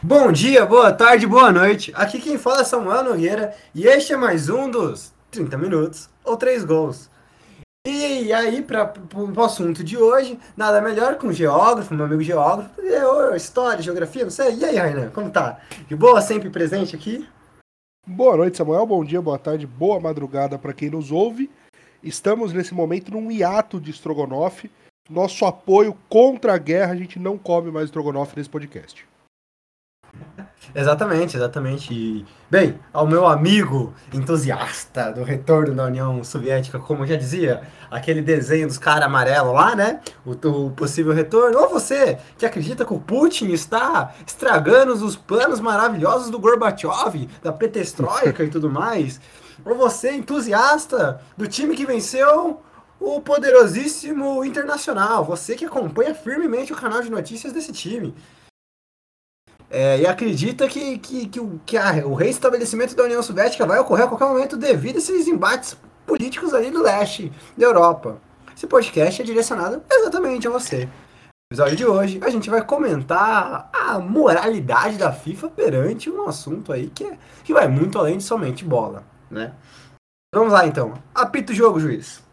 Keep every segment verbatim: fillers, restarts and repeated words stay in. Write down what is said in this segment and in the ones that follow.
Bom dia, boa tarde, boa noite. Aqui quem fala é Samuel Nogueira e este é mais um dos trinta minutos ou três gols. E aí, para o assunto de hoje, nada melhor que um geógrafo, meu amigo geógrafo, eu, história, geografia, não sei. E aí, Rainan, como tá? De boa, sempre presente aqui? Boa noite, Samuel. Bom dia, boa tarde, boa madrugada para quem nos ouve. Estamos nesse momento num hiato de estrogonofe. Nosso apoio contra a guerra, a gente não come mais estrogonofe nesse podcast. Exatamente, exatamente. E, bem, ao meu amigo entusiasta do retorno da União Soviética, como já dizia, aquele desenho dos caras amarelos lá, né? O, o possível retorno. Ou você que acredita que o Putin está estragando os planos maravilhosos do Gorbachev, da perestroika e tudo mais. Ou você, entusiasta do time que venceu o poderosíssimo Internacional. Você que acompanha firmemente o canal de notícias desse time. É, e acredita que, que, que, o, que a, o reestabelecimento da União Soviética vai ocorrer a qualquer momento devido a esses embates políticos ali do leste da Europa. Esse podcast é direcionado exatamente a você. No episódio de hoje, a gente vai comentar a moralidade da FIFA perante um assunto aí que, é, que vai muito além de somente bola, né? Vamos lá então. Apita o jogo, juiz.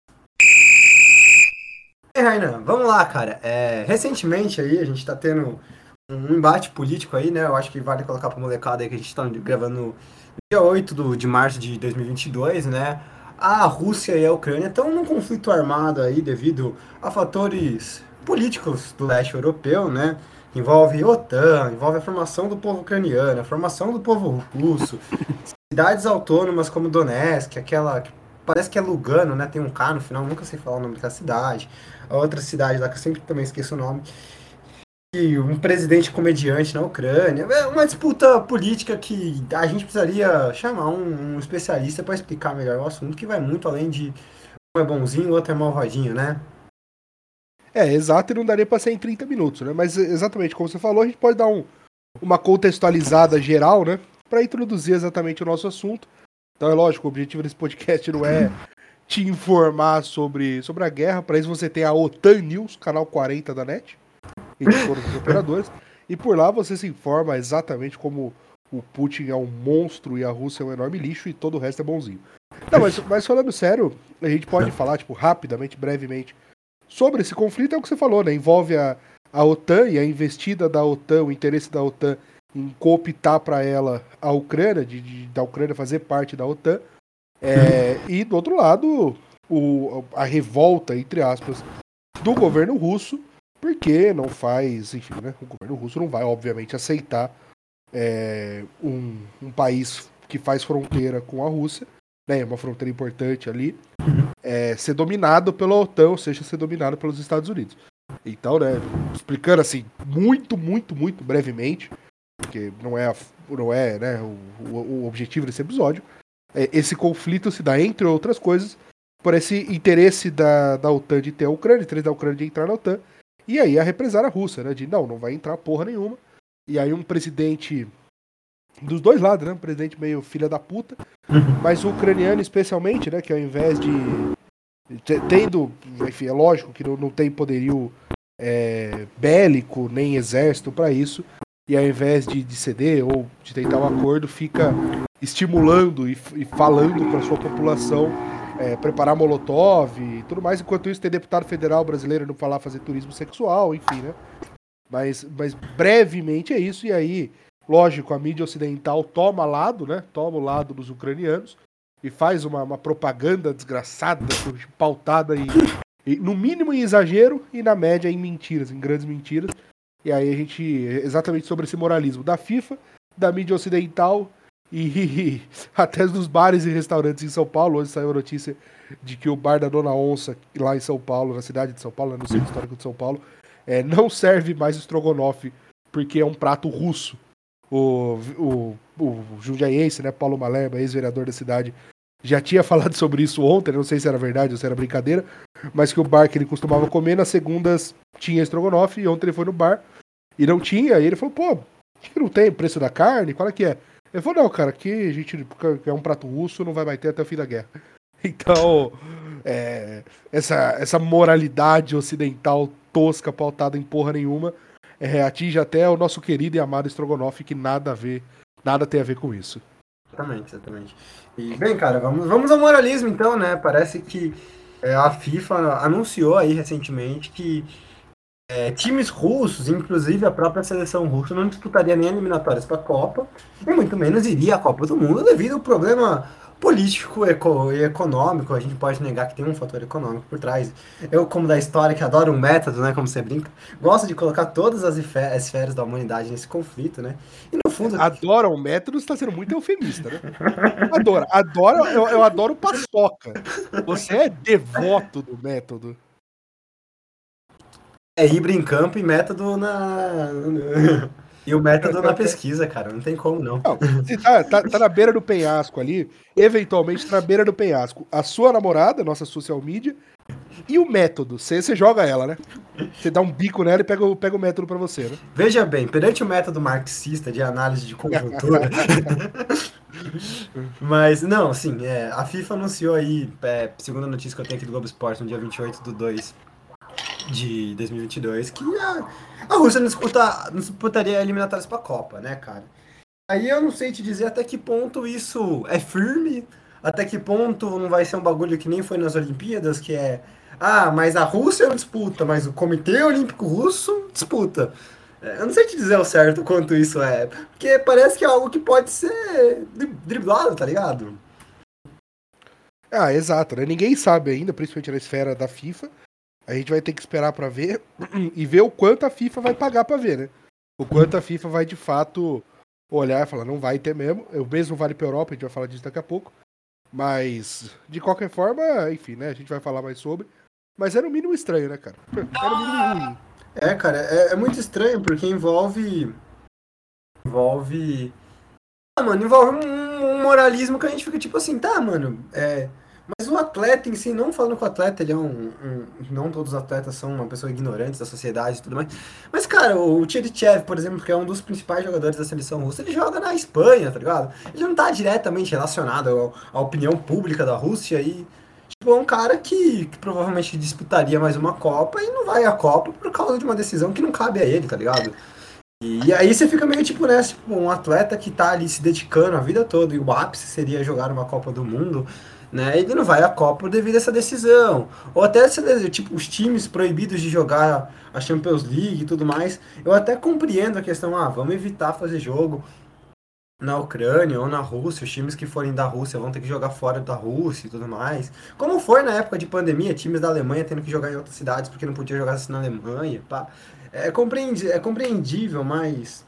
E Rainan, vamos lá, cara. É, recentemente aí a gente tá tendo um embate político aí, né? Eu acho que vale colocar pra molecada aí que a gente tá gravando no dia oito do, de março de dois mil e vinte e dois, né? A Rússia e a Ucrânia estão num conflito armado aí devido a fatores políticos do leste europeu, né? Envolve OTAN, envolve a formação do povo ucraniano, a formação do povo russo, cidades autônomas como Donetsk, aquela que parece que é Lugano, né? Tem um K no final, nunca sei falar o nome daquela cidade. A outra cidade lá que eu sempre também esqueço o nome e um presidente comediante na Ucrânia. É uma disputa política que a gente precisaria chamar um, um especialista para explicar melhor o assunto, que vai muito além de um é bonzinho, o outro é malvadinho, né? É, exato, e não daria para ser em trinta minutos, né? Mas exatamente como você falou, a gente pode dar um, uma contextualizada geral, né? Para introduzir exatamente o nosso assunto. Então é lógico, o objetivo desse podcast não é te informar sobre, sobre a guerra. Para isso você tem a OTAN News, canal quarenta da NET, editora dos operadores, e por lá você se informa exatamente como o Putin é um monstro e a Rússia é um enorme lixo e todo o resto é bonzinho. Não, mas, mas falando sério, a gente pode falar, tipo, rapidamente, brevemente, sobre esse conflito, é o que você falou, né? Envolve a, a OTAN e a investida da OTAN, o interesse da OTAN em cooptar para ela a Ucrânia, de, de, da Ucrânia fazer parte da OTAN, é, e do outro lado, o, a revolta, entre aspas, do governo russo, porque não faz, enfim, né? O governo russo não vai, obviamente, aceitar é, um, um país que faz fronteira com a Rússia, né? Uma fronteira importante ali, é, ser dominado pela OTAN, ou seja, ser dominado pelos Estados Unidos. Então, né? Explicando assim, muito, muito, muito brevemente, porque não é, não é né, o, o objetivo desse episódio, é, esse conflito se dá, entre outras coisas, por esse interesse da, da OTAN de ter a Ucrânia, interesse da Ucrânia de entrar na OTAN, e aí a represar a Rússia, né? De não, não vai entrar porra nenhuma. E aí um presidente dos dois lados, né? Um presidente meio filha da puta, mas o ucraniano especialmente, né? Que ao invés de tendo, enfim, é lógico que não, não tem poderio é, bélico nem exército para isso, e ao invés de, de ceder ou de tentar um acordo, fica estimulando e, e falando para sua população É, preparar molotov e tudo mais, enquanto isso tem deputado federal brasileiro não falar fazer turismo sexual, enfim, né? Mas, mas brevemente é isso, e aí, lógico, a mídia ocidental toma lado, né? Toma o lado dos ucranianos e faz uma, uma propaganda desgraçada, pautada em, em, no mínimo em exagero e na média em mentiras, em grandes mentiras. E aí a gente, exatamente sobre esse moralismo da FIFA, da mídia ocidental e até nos bares e restaurantes em São Paulo. Hoje saiu a notícia de que o bar da Dona Onça, lá em São Paulo, na cidade de São Paulo, no centro histórico de São Paulo, é, não serve mais estrogonofe, porque é um prato russo. O, o, o jundiaiense, né, Paulo Malerba, ex-vereador da cidade, já tinha falado sobre isso ontem, não sei se era verdade ou se era brincadeira, mas que o bar que ele costumava comer, nas segundas tinha estrogonofe, e ontem ele foi no bar e não tinha, e ele falou, pô, que não tem preço da carne? Qual é que é? Ele falou, não, cara, aqui a gente é um prato russo, não vai mais ter até o fim da guerra. Então, é, essa, essa moralidade ocidental tosca, pautada em porra nenhuma, é, atinge até o nosso querido e amado Strogonoff, que nada a ver, nada tem a ver com isso. Exatamente, exatamente. E, bem, cara, vamos, vamos ao moralismo então, né? Parece que é, a FIFA anunciou aí recentemente que é, times russos, inclusive a própria seleção russa, não disputaria nem eliminatórias para a Copa, e muito menos iria à Copa do Mundo devido ao problema político eco, e econômico. A gente pode negar que tem um fator econômico por trás. Eu, como da história, que adoro um método, né, como você brinca, gosto de colocar todas as esferas da humanidade nesse conflito, né? E no fundo... Adora o método, está sendo muito eufemista, né? Adora, adora, eu, eu adoro paçoca. Você é devoto do método. É Ibra em campo e método na... E o método na pesquisa, cara. Não tem como, não. Não, se tá, tá, tá na beira do penhasco ali, eventualmente tá na beira do penhasco. A sua namorada, nossa social media, e o método. Você, você joga ela, né? Você dá um bico nela e pega, o- pega o método pra você, né? Veja bem, perante o método marxista de análise de conjuntura... Mas, não, assim, é, a FIFA anunciou aí, é, segundo a notícia que eu tenho aqui do Globo Esporte, no dia vinte e oito de dois de dois mil e vinte e dois, que a, a Rússia não, disputa, não disputaria eliminatórias pra Copa, né, cara? Aí eu não sei te dizer até que ponto isso é firme, até que ponto não vai ser um bagulho que nem foi nas Olimpíadas, que é, ah, mas a Rússia não disputa, mas o Comitê Olímpico Russo disputa. É, eu não sei te dizer ao certo quanto isso é, porque parece que é algo que pode ser dri- driblado, tá ligado? Ah, exato, né? Ninguém sabe ainda, principalmente na esfera da FIFA. A gente vai ter que esperar pra ver e ver o quanto a FIFA vai pagar pra ver, né? O quanto a FIFA vai de fato olhar e falar, não vai ter mesmo. O mesmo vale pra Europa, a gente vai falar disso daqui a pouco. Mas, de qualquer forma, enfim, né? A gente vai falar mais sobre. Mas é no mínimo estranho, né, cara? É no mínimo ruim. É, cara, é, é muito estranho porque envolve. Envolve. Ah, mano, envolve um, um moralismo que a gente fica tipo assim, tá, mano, é. Mas o atleta em si, não falando que o atleta ele é um, um- Não todos os atletas são uma pessoa ignorante da sociedade e tudo mais. Mas, cara, o Tcherichev, por exemplo, que é um dos principais jogadores da seleção russa, ele joga na Espanha, tá ligado? Ele não tá diretamente relacionado ao- à opinião pública da Rússia e. Tipo, é um cara que, que provavelmente disputaria mais uma Copa e não vai à Copa por causa de uma decisão que não cabe a ele, tá ligado? E, e aí você fica meio tipo, né? Tipo, um atleta que tá ali se dedicando a vida toda e o ápice seria jogar uma Copa do Mundo, né? Ele não vai à Copa devido a essa decisão. Ou até, se, tipo, os times proibidos de jogar a Champions League e tudo mais. Eu até compreendo a questão, ah, vamos evitar fazer jogo na Ucrânia ou na Rússia, os times que forem da Rússia vão ter que jogar fora da Rússia e tudo mais. Como foi na época de pandemia, times da Alemanha tendo que jogar em outras cidades porque não podia jogar assim na Alemanha, pá. É, compreendi é compreendível, mas...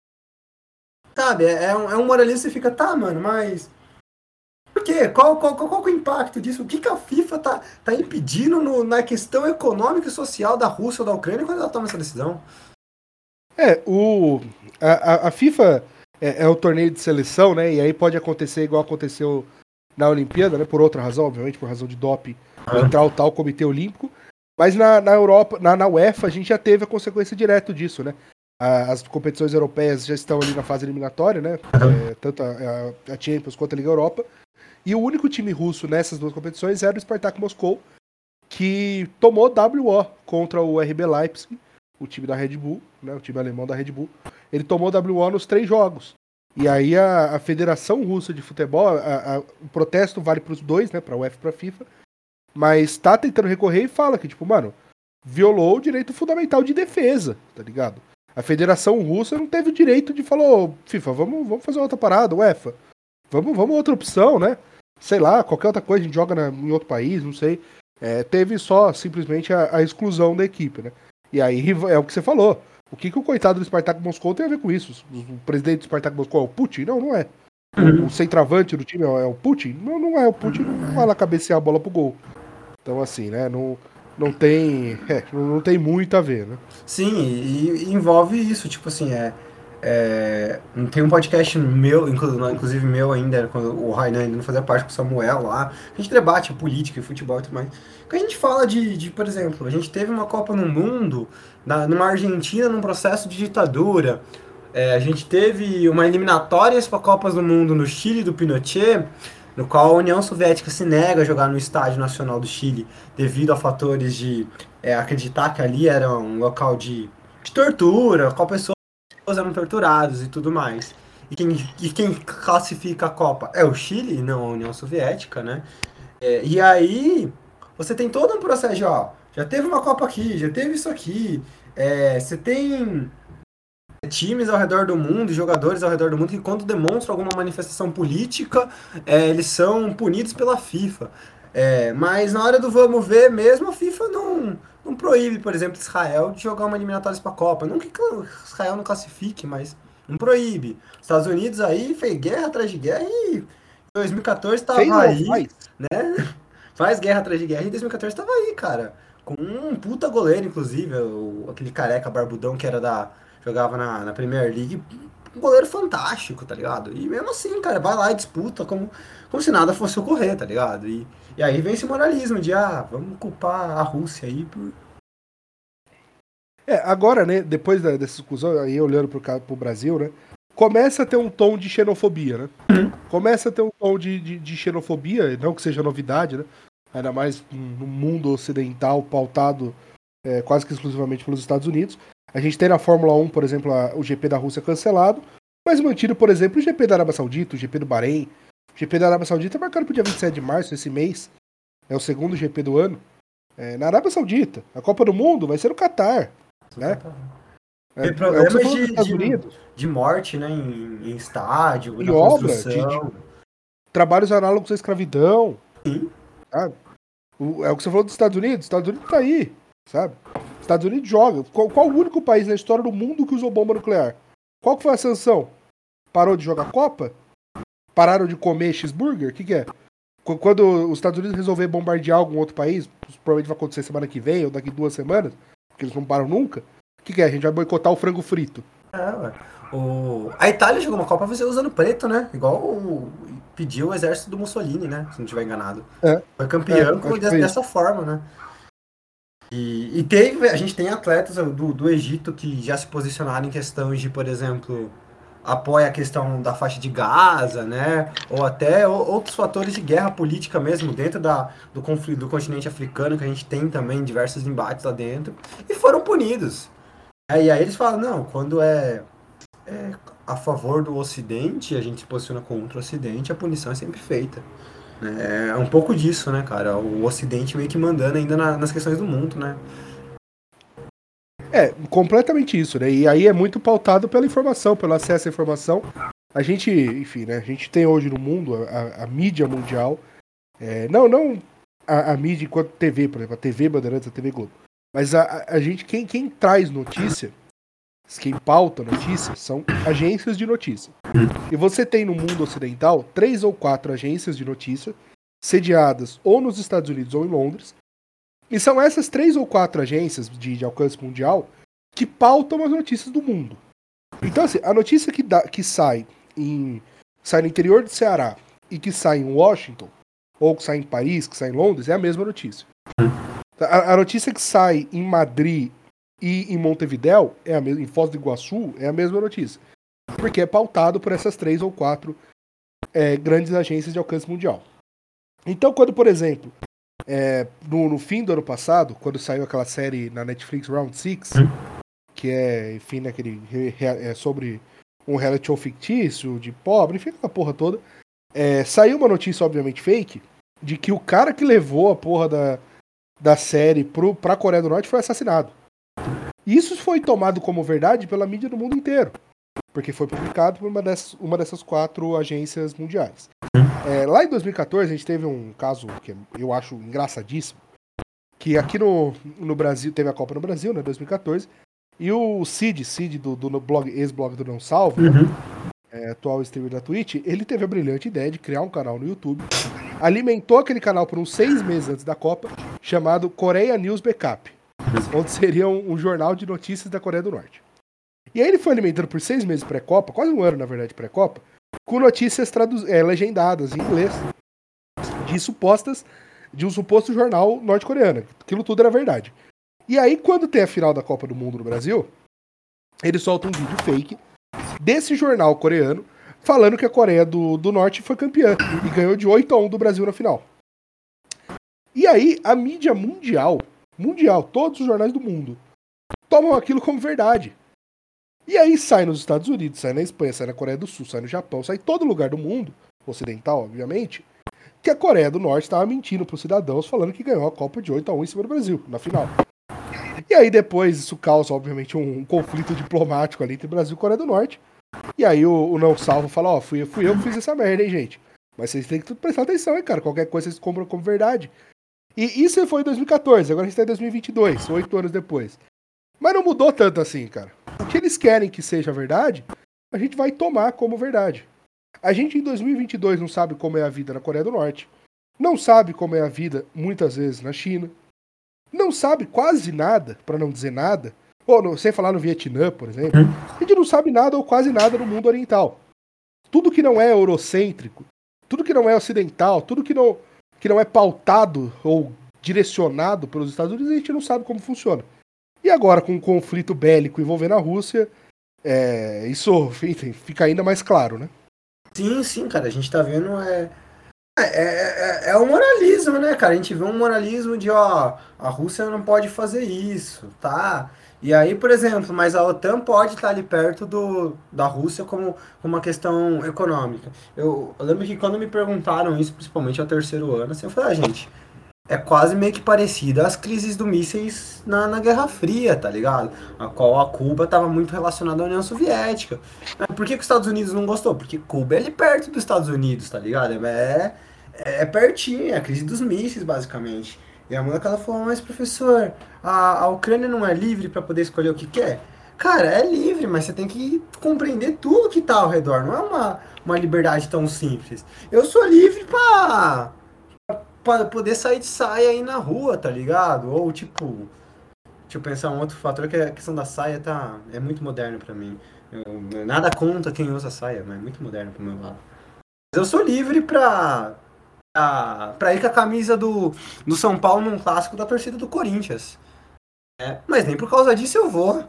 Sabe, é, é um, é um moralista e fica, tá, mano, mas... Por quê? Qual, qual, qual, qual que é o impacto disso? O que, que a FIFA tá, tá impedindo no, na questão econômica e social da Rússia ou da Ucrânia quando ela toma essa decisão? É, o, a, a- a FIFA é, é o torneio de seleção, né? E aí pode acontecer igual aconteceu na Olimpíada, né? Por outra razão, obviamente, por razão de doping, entrar o tal Comitê Olímpico. Mas na, na Europa, na, na UEFA, a gente já teve a consequência direta disso, né? A- As competições europeias já estão ali na fase eliminatória, né? É, tanto a, a- a Champions quanto a Liga Europa. E o único time russo nessas duas competições era o Spartak Moscou, que tomou W O contra o R B Leipzig, o time da Red Bull, né, o time alemão da Red Bull. Ele tomou W O nos três jogos. E aí a, a Federação Russa de Futebol, a- a- o protesto vale para os dois, né, para a UEFA e para a FIFA, mas tá tentando recorrer e fala que, tipo, mano, violou o direito fundamental de defesa, tá ligado? A Federação Russa não teve o direito de falar, ô, FIFA, vamos, vamos fazer outra parada, UEFA. Vamos, vamos outra opção, né? Sei lá, qualquer outra coisa, a gente joga na- em outro país, não sei. É, teve só simplesmente a, a exclusão da equipe, né? E aí é o que você falou. O que, que o coitado do Spartak Moscou tem a ver com isso? O, o presidente do Spartak Moscou é o Putin? Não, não é. O, o centroavante do time é, o- é o Putin? Não, não é. O Putin não vai lá cabecear a bola pro gol. Então, assim, né? Não, não tem. É, não, não tem muito a ver, né? Sim, e, e envolve isso, tipo assim, é, é, tem um podcast meu, inclu- inclusive meu ainda, quando o Rainan ainda não fazia parte com o Samuel lá, a gente debate política e futebol e tudo mais, que a gente fala de, de, por exemplo, a gente teve uma Copa no Mundo, na, numa Argentina, num processo de ditadura, é, a gente teve uma eliminatórias para Copas do Mundo no Chile do Pinochet, no qual a União Soviética se nega a jogar no Estádio Nacional do Chile devido a fatores de é, acreditar que ali era um local de de tortura, qual pessoas eram torturados e tudo mais. E quem, e quem classifica a Copa é o Chile, não a União Soviética, né? É, e aí você tem todo um processo de, ó, já teve uma Copa aqui, já teve isso aqui. É, você tem times ao redor do mundo, jogadores ao redor do mundo que quando demonstram alguma manifestação política, é, eles são punidos pela FIFA. É, mas na hora do vamos ver mesmo, a FIFA não, não proíbe, por exemplo, Israel de jogar uma eliminatórias para a Copa. Não que Israel não classifique, mas não proíbe. Estados Unidos aí fez guerra atrás de guerra e em dois mil e quatorze estava aí, faz. né? Faz guerra atrás de guerra e em dois mil e quatorze estava aí, cara. Com um puta goleiro, inclusive, o, aquele careca barbudão que era da jogava na, na Premier League, um goleiro fantástico, tá ligado? E mesmo assim, cara, vai lá e disputa como, como se nada fosse ocorrer, tá ligado? E, e aí vem esse moralismo de, ah, vamos culpar a Rússia aí por... É, agora, né, depois da, dessa discussão, aí olhando pro, pro Brasil, né, começa a ter um tom de xenofobia, né? Uhum. Começa a ter um tom de, de, de xenofobia, não que seja novidade, né? Ainda mais no mundo ocidental, pautado é, quase que exclusivamente pelos Estados Unidos. A gente tem na Fórmula um, por exemplo, a, o G P da Rússia cancelado, mas mantido, por exemplo, o G P da Arábia Saudita, o G P do Bahrein. O G P da Arábia Saudita é marcado para o dia vinte e sete de março, esse mês. É o segundo G P do ano. É, na Arábia Saudita. A Copa do Mundo vai ser no Catar. Né? É, tem problemas é de, de, de morte, né, em, em estádio, em na obra, construção. De, de trabalhos análogos à escravidão. Sim. Sabe? O, é o que você falou dos Estados Unidos. Os Estados Unidos tá aí, sabe? Estados Unidos joga. Qual, qual o único país na história do mundo que usou bomba nuclear? Qual que foi a sanção? Parou de jogar Copa? Pararam de comer cheeseburger? O que, que é? Quando os Estados Unidos resolver bombardear algum outro país, provavelmente vai acontecer semana que vem ou daqui duas semanas, porque eles não param nunca, o que, que é? A gente vai boicotar o frango frito. É, ué. O... A Itália jogou uma Copa você usando preto, né? Igual o... pediu o exército do Mussolini, né? Se não estiver enganado. É. Foi campeão é, de, dessa forma, né? E, e teve, a gente tem atletas do, do Egito que já se posicionaram em questões de, por exemplo, apoia a questão da faixa de Gaza, né? Ou até outros fatores de guerra política mesmo dentro da, do conflito do continente africano, que a gente tem também diversos embates lá dentro, e foram punidos. É, e aí eles falam, não, quando é, é a favor do Ocidente, a gente se posiciona contra o Ocidente, a punição é sempre feita. É um pouco disso, né, cara? O Ocidente meio que mandando ainda na, nas questões do mundo, né? É, completamente isso, né? E aí é muito pautado pela informação, pelo acesso à informação. A gente, enfim, né? A gente tem hoje no mundo a, a mídia mundial. É, não, não a, a mídia enquanto T V, por exemplo, a T V Bandeirantes, a T V Globo. Mas a, a gente, quem, quem traz notícia, quem pauta notícia, são agências de notícia. E você tem no mundo ocidental três ou quatro agências de notícia sediadas ou nos Estados Unidos ou em Londres. E são essas três ou quatro agências de, de alcance mundial que pautam as notícias do mundo. Então, assim, a notícia que, dá, que sai, em, sai no interior de Ceará e que sai em Washington, ou que sai em Paris, que sai em Londres, é a mesma notícia. A, a notícia que sai em Madrid e em Montevidéu, é a mesma, em Foz do Iguaçu, é a mesma notícia. Porque é pautado por essas três ou quatro é, grandes agências de alcance mundial. Então, quando, por exemplo, é, no, no fim do ano passado, quando saiu aquela série na Netflix Round Six, que é, enfim, naquele, é sobre um reality show fictício, de pobre, enfim, aquela porra toda, é, saiu uma notícia, obviamente fake, de que o cara que levou a porra da, da série pro, pra Coreia do Norte foi assassinado. E isso foi tomado como verdade pela mídia do mundo inteiro, porque foi publicado por uma dessas, uma dessas quatro agências mundiais. É, lá em dois mil e quatorze, a gente teve um caso que eu acho engraçadíssimo, que aqui no, no Brasil, teve a Copa no Brasil, né, dois mil e quatorze, e o Cid, Cid do, do blog, ex-blog do Não Salvo, uhum. é, atual streamer da Twitch, ele teve a brilhante ideia de criar um canal no YouTube, alimentou aquele canal por uns seis meses antes da Copa, chamado Coreia News Backup, onde seria um, um jornal de notícias da Coreia do Norte. E aí ele foi alimentando por seis meses pré-Copa, quase um ano, na verdade, pré-Copa, com notícias tradu- é, legendadas em inglês de supostas, de um suposto jornal norte-coreano. Aquilo tudo era verdade. E aí, quando tem a final da Copa do Mundo no Brasil, ele solta um vídeo fake desse jornal coreano falando que a Coreia do, do Norte foi campeã e ganhou de oito a um do Brasil na final. E aí, a mídia mundial, mundial, todos os jornais do mundo, tomam aquilo como verdade. E aí sai nos Estados Unidos, sai na Espanha, sai na Coreia do Sul, sai no Japão, sai em todo lugar do mundo, ocidental, obviamente, que a Coreia do Norte estava mentindo para os cidadãos, falando que ganhou a Copa de oito a um em cima do Brasil, na final. E aí depois isso causa, obviamente, um, um conflito diplomático ali entre Brasil e Coreia do Norte. E aí o, o não salvo fala, ó, oh, fui, fui eu que fiz essa merda, hein, gente. Mas vocês têm que prestar atenção, hein, cara. Qualquer coisa vocês compram como verdade. E isso foi em dois mil e quatorze, agora a gente tá em dois mil e vinte e dois, oito anos depois. Mas não mudou tanto assim, cara. O que eles querem que seja verdade, a gente vai tomar como verdade. A gente em dois mil e vinte e dois não sabe como é a vida na Coreia do Norte. Não sabe como é a vida, muitas vezes, na China. Não sabe quase nada, pra não dizer nada, ou no, sem falar no Vietnã, por exemplo. A gente não sabe nada ou quase nada no mundo oriental. Tudo que não é eurocêntrico, tudo que não é ocidental, tudo que não, que não é pautado ou direcionado pelos Estados Unidos, a gente não sabe como funciona. E agora, com um conflito bélico envolvendo a Rússia, é, isso enfim, fica ainda mais claro, né? Sim, sim, cara, a gente tá vendo é, é, é, é o moralismo, né, cara? A gente vê um moralismo de, ó, a Rússia não pode fazer isso, tá? E aí, por exemplo, mas a OTAN pode estar ali perto do, da Rússia como uma questão econômica. Eu, eu lembro que quando me perguntaram isso, principalmente ao terceiro ano, assim, eu falei, ah, gente, é quase meio que parecida às crises do mísseis na, na Guerra Fria, tá ligado? A qual a Cuba estava muito relacionada à União Soviética. Mas por que, que os Estados Unidos não gostou? Porque Cuba é ali perto dos Estados Unidos, tá ligado? É, é, é pertinho, é a crise dos mísseis, basicamente. E a moleca ela falou, mas professor, a, a Ucrânia não é livre para poder escolher o que quer? Cara, é livre, mas você tem que compreender tudo que tá ao redor. Não é uma, uma liberdade tão simples. Eu sou livre pra... pra poder sair de saia aí na rua, tá ligado? Ou tipo, deixa eu pensar um outro fator, que a questão da saia tá, é muito moderno pra mim. Eu, nada contra quem usa saia, mas é muito moderno pro meu lado. Mas eu sou livre pra, pra, pra ir com a camisa do, do São Paulo num clássico da torcida do Corinthians. É, mas nem por causa disso eu vou.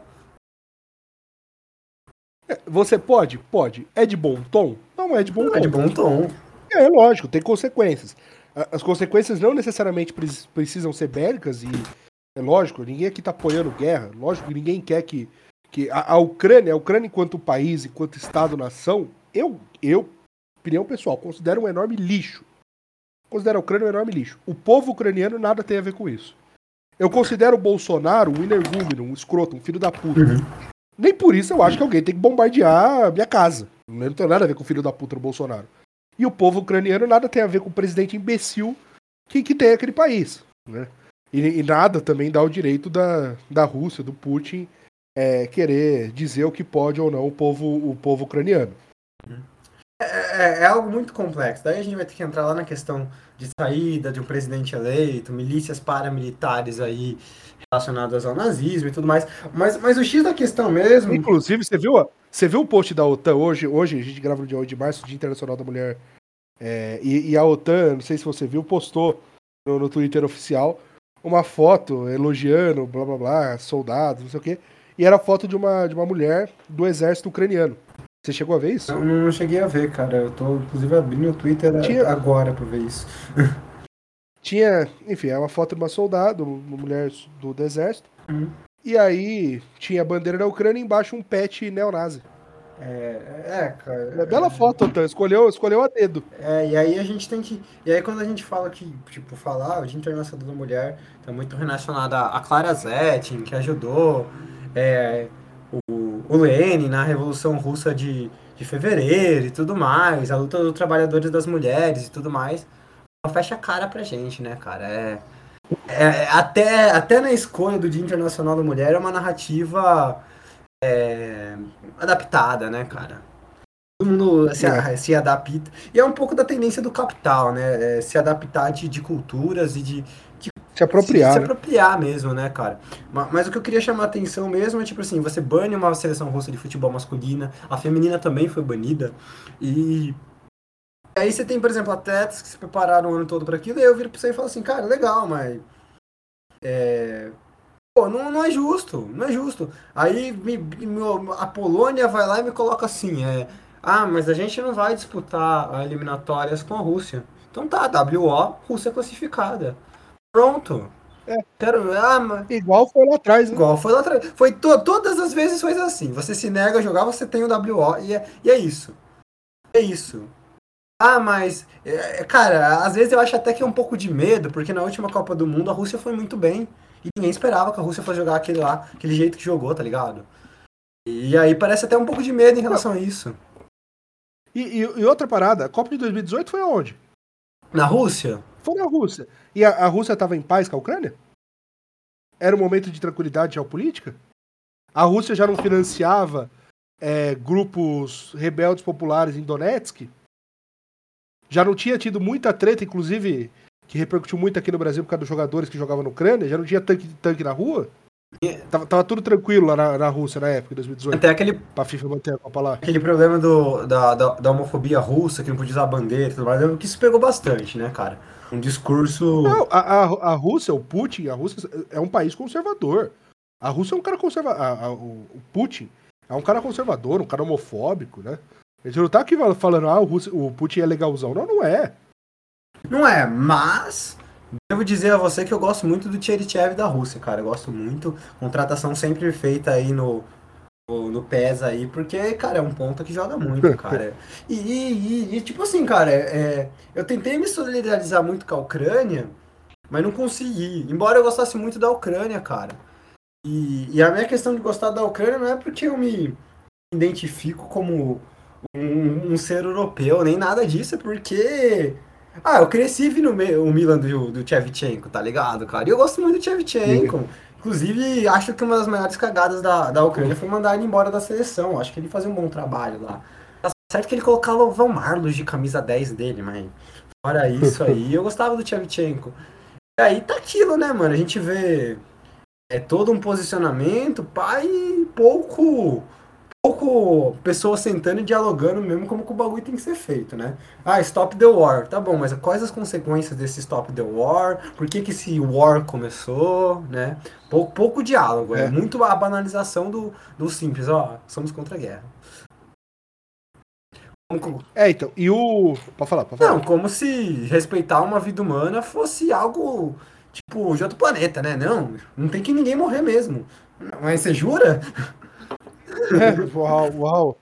Você pode? Pode. É de bom tom? Não é de bom Não tom. é de bom tom. É, lógico, tem consequências. As consequências não necessariamente precisam ser bélicas e, é lógico, ninguém aqui tá apoiando guerra. Lógico que ninguém quer que, que a, a Ucrânia, a Ucrânia enquanto país, enquanto Estado-nação, eu, eu, opinião pessoal, considero um enorme lixo. Considero a Ucrânia um enorme lixo. O povo ucraniano nada tem a ver com isso. Eu considero o Bolsonaro um energúmeno, um escroto, um filho da puta. Uhum. Nem por isso eu acho que alguém tem que bombardear a minha casa. Não tem nada a ver com o filho da puta do Bolsonaro. E o povo ucraniano nada tem a ver com o presidente imbecil que, que tem aquele país. Né? E, e nada também dá o direito da, da Rússia, do Putin, é, querer dizer o que pode ou não o povo, o povo ucraniano. É, é, é algo muito complexo. Daí a gente vai ter que entrar lá na questão de saída de um presidente eleito, milícias paramilitares aí relacionadas ao nazismo e tudo mais. Mas, mas o X da questão mesmo... Inclusive, você viu, você viu o post da OTAN hoje? Hoje, a gente grava no dia oito de março, Dia Internacional da Mulher. É, e, e a OTAN, não sei se você viu, postou no, no Twitter oficial uma foto elogiando, blá blá blá, soldados, não sei o quê. E era a foto de uma, de uma mulher do exército ucraniano. Você chegou a ver isso? Eu não cheguei a ver, cara. Eu tô, inclusive, abrindo o Twitter Tinha... agora pra ver isso. Tinha, enfim, é uma foto de uma soldado, uma mulher do, do exército. Uhum. E aí tinha a bandeira da Ucrânia e embaixo um pet neonazi. É, é, cara. É bela foto, Otan. Escolheu, escolheu a dedo. É, e aí a gente tem que. E aí quando a gente fala que, tipo, falar o Dia Internacional da Mulher tá muito relacionado a Clara Zetkin, que ajudou é, o, o Lenin na Revolução Russa de, de fevereiro e tudo mais, a luta dos trabalhadores das mulheres e tudo mais. Fecha a cara pra gente, né, cara? É, é, até, até na escolha do Dia Internacional da Mulher é uma narrativa é, adaptada, né, cara? Todo mundo se, é. se adapta. E é um pouco da tendência do capital, né? É, se adaptar de, de culturas e de, de se apropriar. Se, né? se apropriar mesmo, né, cara? Mas, mas o que eu queria chamar a atenção mesmo é, tipo assim, você bane uma seleção russa de futebol masculina, a feminina também foi banida, e... Aí você tem, por exemplo, atletas que se prepararam o ano todo para aquilo, e eu viro pra você e falo assim, cara, legal, mas... É... Pô, não, não é justo, não é justo. Aí me, me, a Polônia vai lá e me coloca assim, é... Ah, mas a gente não vai disputar as eliminatórias com a Rússia. Então tá, W O, Rússia classificada. Pronto. É. Quero, ah, mas... Igual foi lá atrás, né? Igual foi lá atrás. Foi to, todas as vezes foi assim. Você se nega a jogar, você tem o W O e é, e é isso. É isso. Ah, mas, é, cara, às vezes eu acho até que é um pouco de medo, porque na última Copa do Mundo a Rússia foi muito bem. E ninguém esperava que a Rússia fosse jogar aquele lá, aquele jeito que jogou, tá ligado? E aí parece até um pouco de medo em relação a isso. E, e, e outra parada, a Copa de dois mil e dezoito foi aonde? Na Rússia? Foi na Rússia. E a, a Rússia estava em paz com a Ucrânia? Era um momento de tranquilidade geopolítica? A Rússia já não financiava é, grupos rebeldes populares em Donetsk? Já não tinha tido muita treta, inclusive, que repercutiu muito aqui no Brasil por causa dos jogadores que jogavam na Ucrânia? Já não tinha tanque, tanque na rua? Tava, tava tudo tranquilo lá na, na Rússia na época, em dois mil e dezoito. Até aquele, pra FIFA manter a Copa lá. aquele problema do, da, da, da homofobia russa, que não podia usar a bandeira e tudo mais, que isso pegou bastante, né, cara? Um discurso... Não, a, a, a Rússia, o Putin, a Rússia é um país conservador. A Rússia é um cara conservador. O Putin é um cara conservador, um cara homofóbico, né? A gente não tá aqui falando, ah, o, Rússia, o Putin é legalzão. Não, não é. Não é, mas... Devo dizer a você que eu gosto muito do Tcherichev da Rússia, cara. Eu gosto muito. Contratação sempre feita aí no, no, no P E S aí, porque, cara, é um ponta que joga muito, cara. E, e, e tipo assim, cara, é, eu tentei me solidarizar muito com a Ucrânia, mas não consegui. Embora eu gostasse muito da Ucrânia, cara. E, e a minha questão de gostar da Ucrânia não é porque eu me identifico como um, um ser europeu, nem nada disso, é porque... Ah, eu cresci vendo o Milan do, do Shevchenko, tá ligado, cara? E eu gosto muito do Shevchenko. Inclusive, acho que uma das maiores cagadas da, da Ucrânia foi mandar ele embora da seleção. Acho que ele fazia um bom trabalho lá. Tá certo que ele colocava o Van Marlos de camisa dez dele, mas fora isso aí, eu gostava do Shevchenko. E aí tá aquilo, né, mano? A gente vê é todo um posicionamento, pai, pouco... pouco pessoas sentando e dialogando mesmo como que o bagulho tem que ser feito, né? Ah, stop the war. Tá bom, mas quais as consequências desse stop the war? Por que que esse war começou, né? Pouco, pouco diálogo, é, é muito a banalização do, do simples. Ó, somos contra a guerra. Como... É, então, e o... Pode falar, pode falar. Não, como se respeitar uma vida humana fosse algo, tipo, de outro planeta, né? Não, não tem que ninguém morrer mesmo. Mas você jura? É, uau, uau.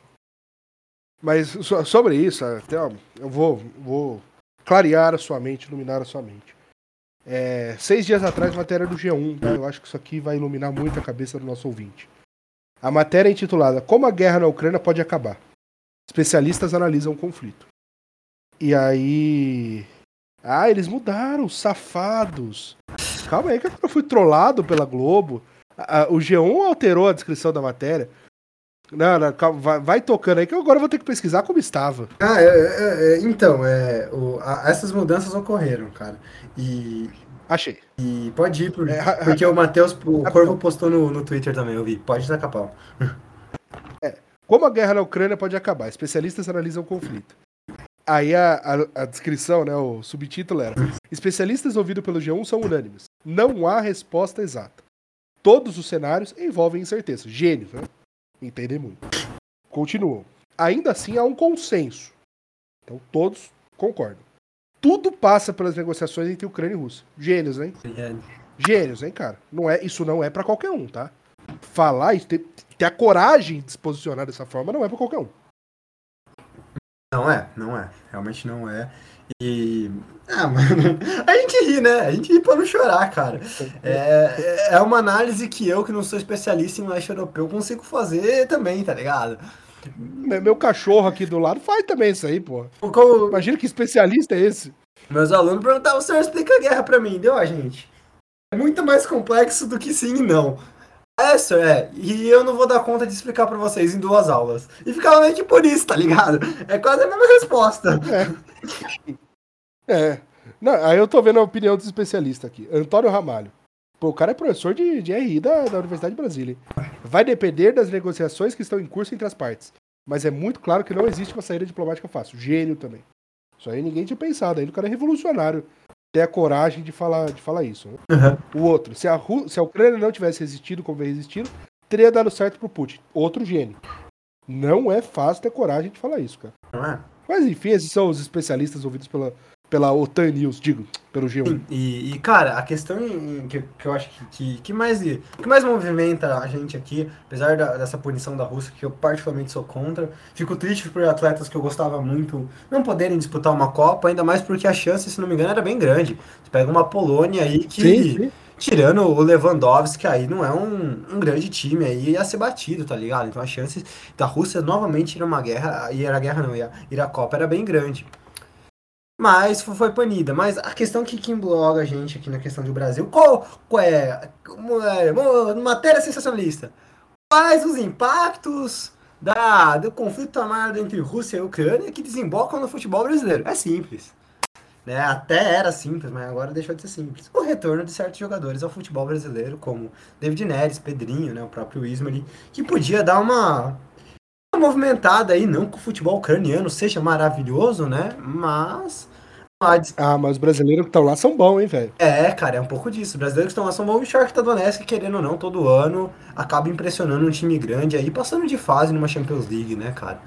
Mas so, sobre isso, até, ó, eu vou, vou clarear a sua mente, iluminar a sua mente. É, seis dias atrás, matéria do G um, tá? Eu acho que isso aqui vai iluminar muito a cabeça do nosso ouvinte. A matéria é intitulada Como a guerra na Ucrânia pode acabar. Especialistas analisam o conflito. E aí... Ah, eles mudaram, safados. Calma aí que eu fui trollado pela Globo. O G um alterou a descrição da matéria. Não, não, calma, vai, vai tocando aí que eu agora vou ter que pesquisar como estava. Ah, é, é, é, então, é, o, a, essas mudanças ocorreram, cara. E. Achei. E pode ir, por, é, porque o Matheus, o Corvo postou no, no Twitter também, eu vi. Pode tacar pau. É, como a guerra na Ucrânia pode acabar? Especialistas analisam o conflito. Aí a, a, a descrição, né, o subtítulo era: especialistas ouvidos pelo G um são unânimes. Não há resposta exata. Todos os cenários envolvem incerteza. Gênios, né? Entendem muito. Continuam. Ainda assim há um consenso. Então todos concordam. Tudo passa pelas negociações entre Ucrânia e Rússia. Gênios, hein? Gênios, hein, cara? Não é, isso não é pra qualquer um, tá? Falar isso, ter, ter a coragem de se posicionar dessa forma não é pra qualquer um. Não é, não é. Realmente não é. E. Ah, mano. A gente ri, né? A gente ri pra não chorar, cara. É, é uma análise que eu, que não sou especialista em leste europeu, consigo fazer também, tá ligado? Meu cachorro aqui do lado faz também isso aí, pô. Como... Imagina que especialista é esse. Meus alunos perguntavam, o senhor explica a guerra pra mim. Deu, a gente. É muito mais complexo do que sim e não. É, senhor, é. E eu não vou dar conta de explicar pra vocês em duas aulas. E ficava meio que por isso, tá ligado? É quase a mesma resposta. É. É. Não, aí eu tô vendo a opinião dos especialistas aqui. Antônio Ramalho. Pô, o cara é professor de, de R I da, da Universidade de Brasília. Vai depender das negociações que estão em curso entre as partes. Mas é muito claro que não existe uma saída diplomática fácil. Gênio também. Isso aí ninguém tinha pensado. Aí o cara é revolucionário. Ter a coragem de falar, de falar isso. Né? Uhum. O outro. Se a, Ru- se a Ucrânia não tivesse resistido como vem resistindo, teria dado certo pro Putin. Outro gênio. Não é fácil ter coragem de falar isso, cara. Não é? Mas enfim, esses são os especialistas ouvidos pela, pela OTAN News, digo, pelo G um. Sim, e, e, cara, a questão em- em que, que eu acho que, que, que mais, que mais movimenta a gente aqui, apesar da- dessa punição da Rússia, que eu particularmente sou contra, fico triste por atletas que eu gostava muito não poderem disputar uma Copa, ainda mais porque a chance, se não me engano, era bem grande. Você pega uma Polônia aí Sim, que, sim. tirando o Lewandowski, aí não é um, um grande time, aí ia ser batido, tá ligado? Então a chance da Rússia novamente ir a uma guerra, ir a guerra não, ia ir a Copa era bem grande. Mas fo- foi banida. Mas a questão que, que embloga a gente aqui na questão do Brasil, qual, qual é, como é, mo- matéria sensacionalista? Quais os impactos da, do conflito armado entre Rússia e Ucrânia que desembocam no futebol brasileiro? É simples. Né? Até era simples, mas agora deixou de ser simples. O retorno de certos jogadores ao futebol brasileiro, como David Neres, Pedrinho, né, o próprio Ismael, que podia dar uma, uma movimentada aí, não que o futebol ucraniano seja maravilhoso, né? Mas Ah, mas os brasileiros que estão lá são bons, hein, velho? é, cara, é um pouco disso. Os brasileiros que estão lá são bons. O Shakhtar Donetsk, querendo ou não, todo ano acaba impressionando um time grande aí, passando de fase numa Champions League, né, cara?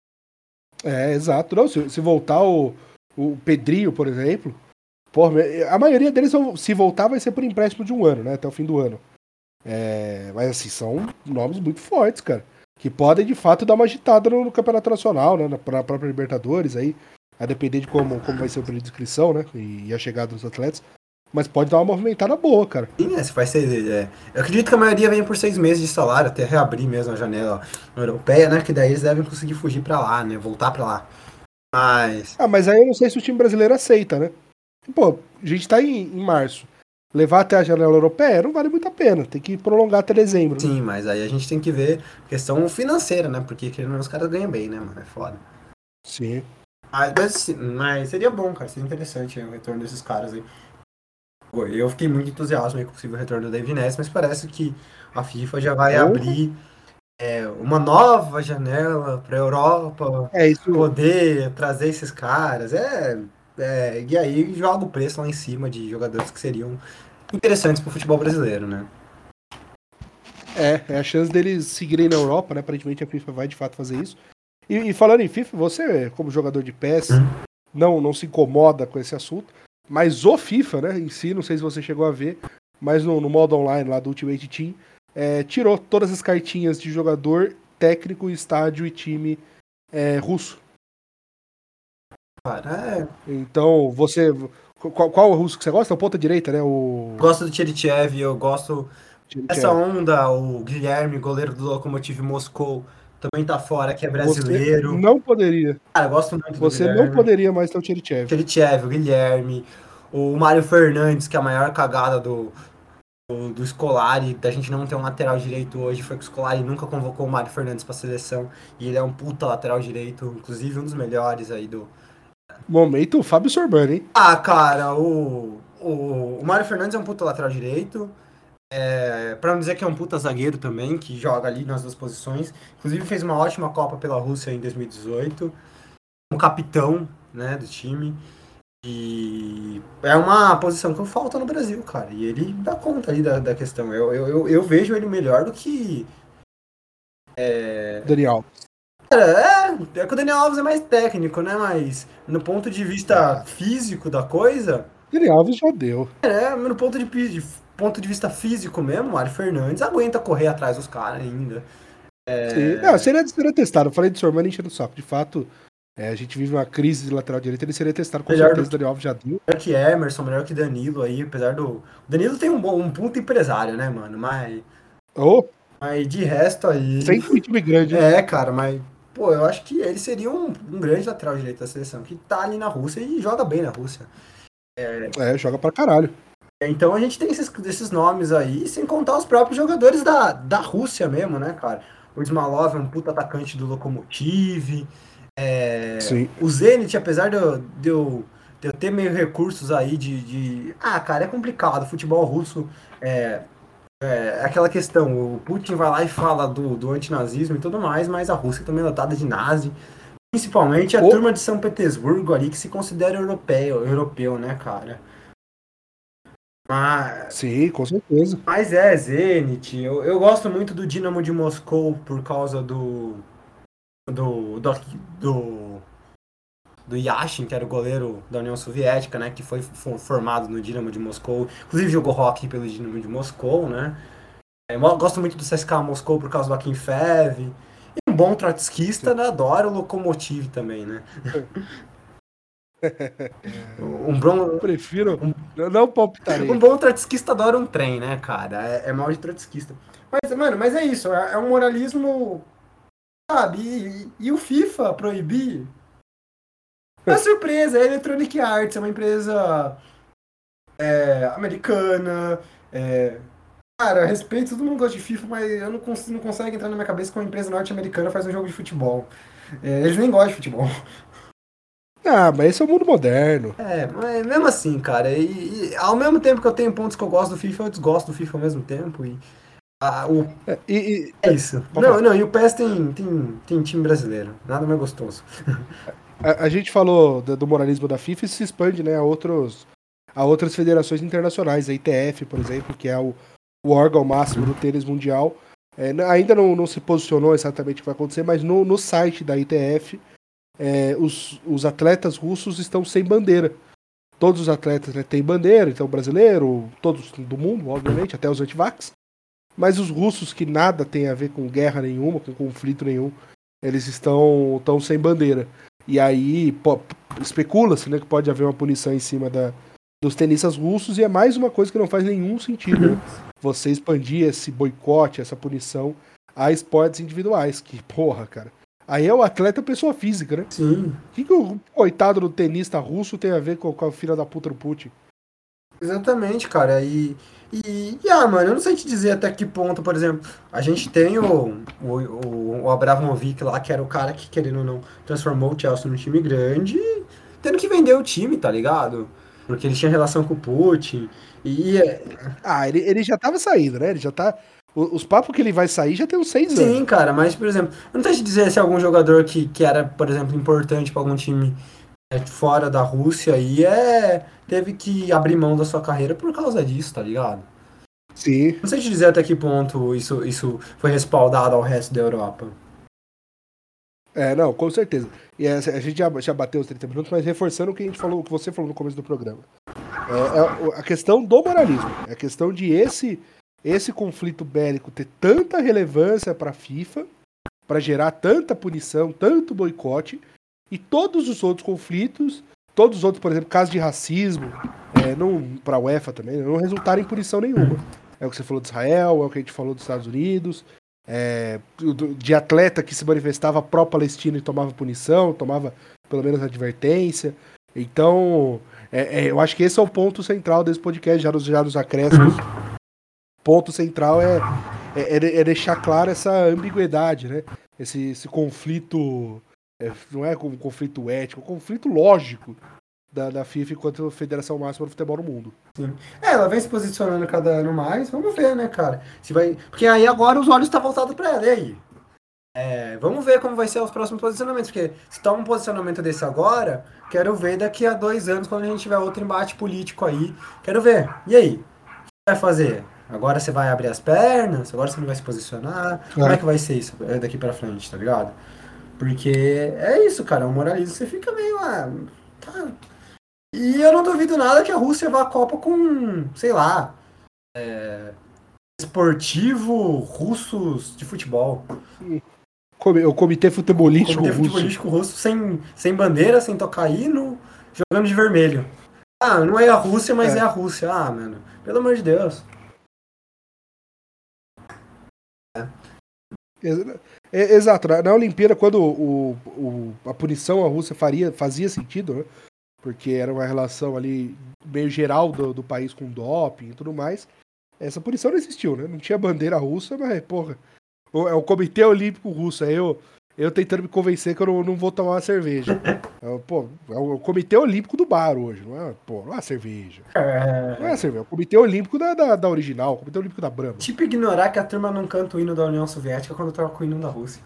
É, exato. Não, se, se voltar o, o Pedrinho, por exemplo, porra, a maioria deles, vão- se voltar, vai ser por empréstimo de um ano, né? Até o fim do ano. É, mas assim, são nomes muito fortes, cara. Que podem, de fato, dar uma agitada no, no Campeonato Nacional, né? Na, na própria Libertadores aí. A depender de como, como vai ser o período de inscrição, né? E, e a chegada dos atletas. Mas pode dar uma movimentada boa, cara. Sim, é, se vai ser. É, eu acredito que a maioria vem por seis meses de salário, até reabrir mesmo a janela europeia, né? Que daí eles devem conseguir fugir pra lá, né? Voltar pra lá. Mas. Ah, mas aí eu não sei se o time brasileiro aceita, né? Pô, a gente tá em, em março. Levar até a janela europeia não vale muito a pena. Tem que prolongar até dezembro, né? Sim, mas aí a gente tem que ver questão financeira, né? Porque querendo ou não, os caras ganham bem, né, mano? É foda. Sim. Mas, mas, mas seria bom, cara. Seria interessante aí, o retorno desses caras aí. Eu fiquei muito entusiasmo aí com o possível retorno do David Ness, mas parece que a FIFA já vai Porra. abrir é, uma nova janela para a Europa É isso. poder trazer esses caras. É, é, e aí joga o preço lá em cima de jogadores que seriam interessantes para o futebol brasileiro, né? É, é a chance deles seguirem na Europa, né? Aparentemente a FIFA vai de fato fazer isso. E, e falando em FIFA, você, como jogador de P E S, Hum. não, não se incomoda com esse assunto, mas o FIFA, né, em si, não sei se você chegou a ver, mas no, no modo online lá do Ultimate Team, é, tirou todas as cartinhas de jogador, técnico, estádio e time é, russo. Cara, é, Então, você. Qual, qual o russo que você gosta? É o ponta direita, né? O. gosto do Tcherichev, eu gosto dessa Tchernchev. onda, o Guilherme, goleiro do Lokomotiv Moscou, também tá fora, que é Você brasileiro. não poderia. Cara, eu gosto muito do Você não Guilherme. poderia mais ter o Tchernchev. Tcherichev, o Guilherme, o Mário Fernandes, que é a maior cagada do, do, do Scolari, da gente não ter um lateral direito hoje, foi que o Scolari nunca convocou o Mário Fernandes pra seleção, e ele é um puta lateral direito, inclusive um dos melhores aí do... Momento, o Fábio Sorbani, hein? Ah, cara, o, o, o Mário Fernandes é um puta lateral direito, é, pra não dizer que é um puta zagueiro também, que joga ali nas duas posições, inclusive fez uma ótima Copa pela Rússia em dois mil e dezoito, um capitão, né, do time. E é uma posição que falta no Brasil, cara. E ele dá conta ali da, da questão. Eu, eu, eu, eu vejo ele melhor do que. Daniel. Cara, é, é que o Daniel Alves é mais técnico, né? Mas no ponto de vista físico da coisa, Daniel Alves já deu. é, no ponto de, de ponto de vista físico mesmo, o Mário Fernandes aguenta correr atrás dos caras ainda. Sim. Não, seria, seria testado. Eu falei do Sormani enchendo o saco. De fato, é, a gente vive uma crise de lateral direito. Ele seria testado com Melhor do certeza. O que, Daniel Alves já deu. melhor que Emerson, melhor que Danilo aí, apesar do. O Danilo tem um bom um ponto empresário, né, mano? Mas, Ou, mas de resto aí. sempre em time grande, hein? É, cara, mas, pô, eu acho que ele seria um, um grande lateral direito da seleção, que tá ali na Rússia e joga bem na Rússia. É, joga pra caralho. Então a gente tem esses, esses nomes aí, sem contar os próprios jogadores da, da Rússia mesmo, né, cara? O Ismalov é um puta atacante do Lokomotiv. É, Sim. o Zenit, apesar de eu, de, eu, de eu ter meio recursos aí de, de. Ah, cara, é complicado. O futebol russo é, é aquela questão. O Putin vai lá e fala do, do antinazismo e tudo mais, mas a Rússia também é lotada de nazi. Principalmente a Ô, turma de São Petersburgo ali, que se considera europeu, europeu, né, cara? Mas, sim, com certeza. mas é, Zenit. Eu, eu gosto muito do Dinamo de Moscou por causa do. Do. Do. do do Yashin, que era o goleiro da União Soviética, né? Que foi formado no Dinamo de Moscou. Inclusive jogou hockey pelo Dinamo de Moscou, né? Eu gosto muito do C S K A Moscou por causa do Akinfev. E um bom trotskista, né? Adoro o Lokomotiv também, né? Um bom, Prefiro. um, Não palpitarei. um bom trotskista adora um trem, né, cara? É, é mal de trotskista. Mas, mano, mas é isso. É, é um moralismo, sabe? E, e o FIFA proibir. É surpresa. É a Electronic Arts, é uma empresa é, americana. É, cara, a respeito, todo mundo gosta de FIFA, mas eu não consigo, não consegue entrar na minha cabeça que uma empresa norte-americana faz um jogo de futebol. É, eles nem gostam de futebol. Ah, mas esse é o mundo moderno. É, mas mesmo assim, cara, e, e ao mesmo tempo que eu tenho pontos que eu gosto do FIFA, eu desgosto do FIFA ao mesmo tempo. E a, o, É, e, e- é isso. pode Não, falar. não, e o P E S tem, tem, tem time brasileiro. Nada mais gostoso. A, a gente falou do, do moralismo da FIFA e se expande, né, a, outros, a outras federações internacionais, a I T F, por exemplo, que é o, o órgão máximo do tênis mundial. É, ainda não, não se posicionou exatamente o que vai acontecer, mas no, no site da I T F, é, os, os atletas russos estão sem bandeira. Todos os atletas, né, têm bandeira, então brasileiro, todos do mundo, obviamente, até os antivax. Mas os russos, que nada tem a ver com guerra nenhuma, com conflito nenhum, eles estão, estão sem bandeira. E aí pô, especula-se, né, que pode haver uma punição em cima da, dos tenistas russos, e é mais uma coisa que não faz nenhum sentido, né? Você expandir esse boicote, essa punição a esportes individuais, que, porra, cara. Aí é o atleta pessoa física, né? Sim. O que, que o coitado do tenista russo tem a ver com, com a filha da puta do Putin? Exatamente, cara. E, e, e, ah, mano, eu não sei te dizer até que ponto, por exemplo, a gente tem o, o, o Abramovich lá, que era o cara que, querendo ou não, transformou o Chelsea num time grande, tendo que vender o time, tá ligado? Porque ele tinha relação com o Putin. E, Ah, ele, ele já tava saindo, né? Ele já tá. Os papos que ele vai sair já tem uns seis sim, anos. cara, mas, por exemplo, eu não sei te dizer se algum jogador que, que era, por exemplo, importante pra algum time é, fora da Rússia aí é, teve que abrir mão da sua carreira por causa disso, tá ligado? Sim. Não sei te dizer até que ponto isso, isso foi respaldado ao resto da Europa. É, não, com certeza. E a, a gente já, já bateu os trinta minutos, mas reforçando o que a gente falou, o que você falou no começo do programa. É, é a questão do moralismo. É a questão de esse, esse conflito bélico ter tanta relevância para a FIFA, para gerar tanta punição, tanto boicote, e todos os outros conflitos, todos os outros, por exemplo, casos de racismo, é, para a UEFA também, não resultaram em punição nenhuma. É o que você falou de Israel, é o que a gente falou dos Estados Unidos, é, de atleta que se manifestava pró-Palestina e tomava punição, tomava pelo menos advertência. Então, é, é, eu acho que esse é o ponto central desse podcast, já nos, já nos acréscimos. O ponto central é, é, é deixar clara essa ambiguidade, né? Esse, esse conflito, é, não é um conflito ético, é um conflito lógico da, da FIFA enquanto Federação Máxima do Futebol no Mundo. Sim. É, ela vem se posicionando cada ano mais, vamos ver, né, cara? Se vai... Porque aí agora os olhos estão voltados pra ela, e aí? É, vamos ver como vai ser os próximos posicionamentos, porque se toma um posicionamento desse agora, quero ver daqui a dois anos, quando a gente tiver outro embate político aí, quero ver. E aí? O que vai fazer? Agora você vai abrir as pernas? Agora você não vai se posicionar? É. Como é que vai ser isso daqui pra frente, tá ligado? Porque é isso, cara, o moralismo você fica meio... Ah, tá. E eu não duvido nada que a Rússia vá à Copa com, sei lá, é, esportivo russos de futebol. O Comitê Futebolístico Comitê Russo. Futebolístico Russo sem, sem bandeira, sem tocar hino, jogando de vermelho. Ah, não é a Rússia, mas é, é a Rússia. Ah, mano, pelo amor de Deus. É. É, exato, na, na Olimpíada, quando o, o, a punição à Rússia faria, fazia sentido, né? Porque era uma relação ali meio geral do, do país com doping e tudo mais, essa punição não existiu, né? Não tinha bandeira russa, mas, porra, é o Comitê Olímpico Russo, é eu, eu tentando me convencer que eu não, não vou tomar uma cerveja. É, pô, é o Comitê Olímpico do bar hoje, não é, pô, não é cerveja. É... Não é cerveja, é o Comitê Olímpico da, da, da original, o Comitê Olímpico da Brahma. Tipo ignorar que a turma não canta o hino da União Soviética quando toca o hino da Rússia.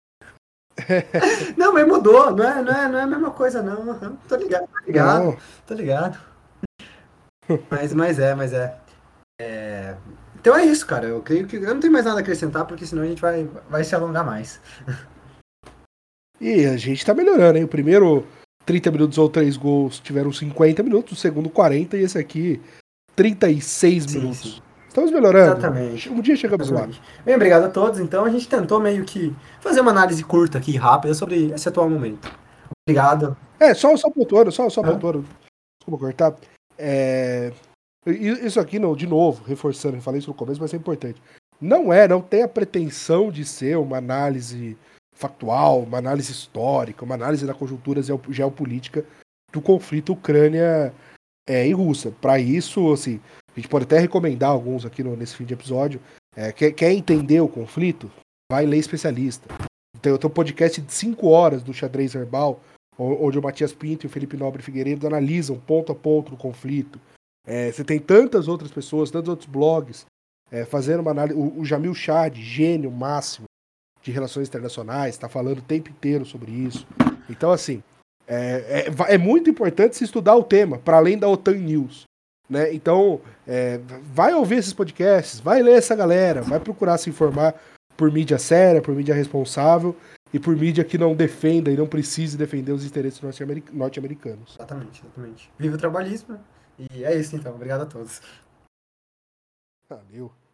Não, mas mudou, não é, não, é, não é a mesma coisa, não. Tô ligado, tô ligado, não. tô ligado. Mas, mas é, mas é. é. Então é isso, cara. Eu creio que. Eu não tenho mais nada a acrescentar, porque senão a gente vai, vai se alongar mais. E a gente tá melhorando, hein? O primeiro trinta minutos ou três gols tiveram cinquenta minutos, o segundo quarenta e esse aqui trinta e seis Sim, minutos. sim. Estamos melhorando. Exatamente. Um dia chegamos lá. Exatamente. Bem, obrigado a todos. Então a gente tentou meio que fazer uma análise curta aqui, rápida, sobre esse atual momento. Obrigado. É, só, só pontuando, só, só Hã? pontuando. Desculpa cortar. É, i- isso aqui, não, de novo, reforçando, eu falei isso no começo, mas é importante. Não é, não tem a pretensão de ser uma análise factual, uma análise histórica, uma análise da conjuntura geo- geopolítica do conflito Ucrânia é, e Rússia. Para isso, assim, a gente pode até recomendar alguns aqui no- nesse fim de episódio. É, quer, quer entender o conflito? Vai ler especialista. Tem o teu podcast de cinco horas do Xadrez Verbal, o- onde o Matias Pinto e o Felipe Nobre Figueiredo analisam ponto a ponto o conflito. É, você tem tantas outras pessoas, tantos outros blogs é, fazendo uma análise. O, o Jamil Chad, gênio máximo de relações internacionais, está falando o tempo inteiro sobre isso. Então, assim, é, é, va- é muito importante se estudar o tema, para além da OTAN News. Né? Então, é, vai ouvir esses podcasts, vai ler essa galera, vai procurar se informar por mídia séria, por mídia responsável e por mídia que não defenda e não precise defender os interesses norte-americ- norte-americanos. Exatamente, exatamente. Viva o trabalhismo. E é isso então. Obrigado a todos. Valeu.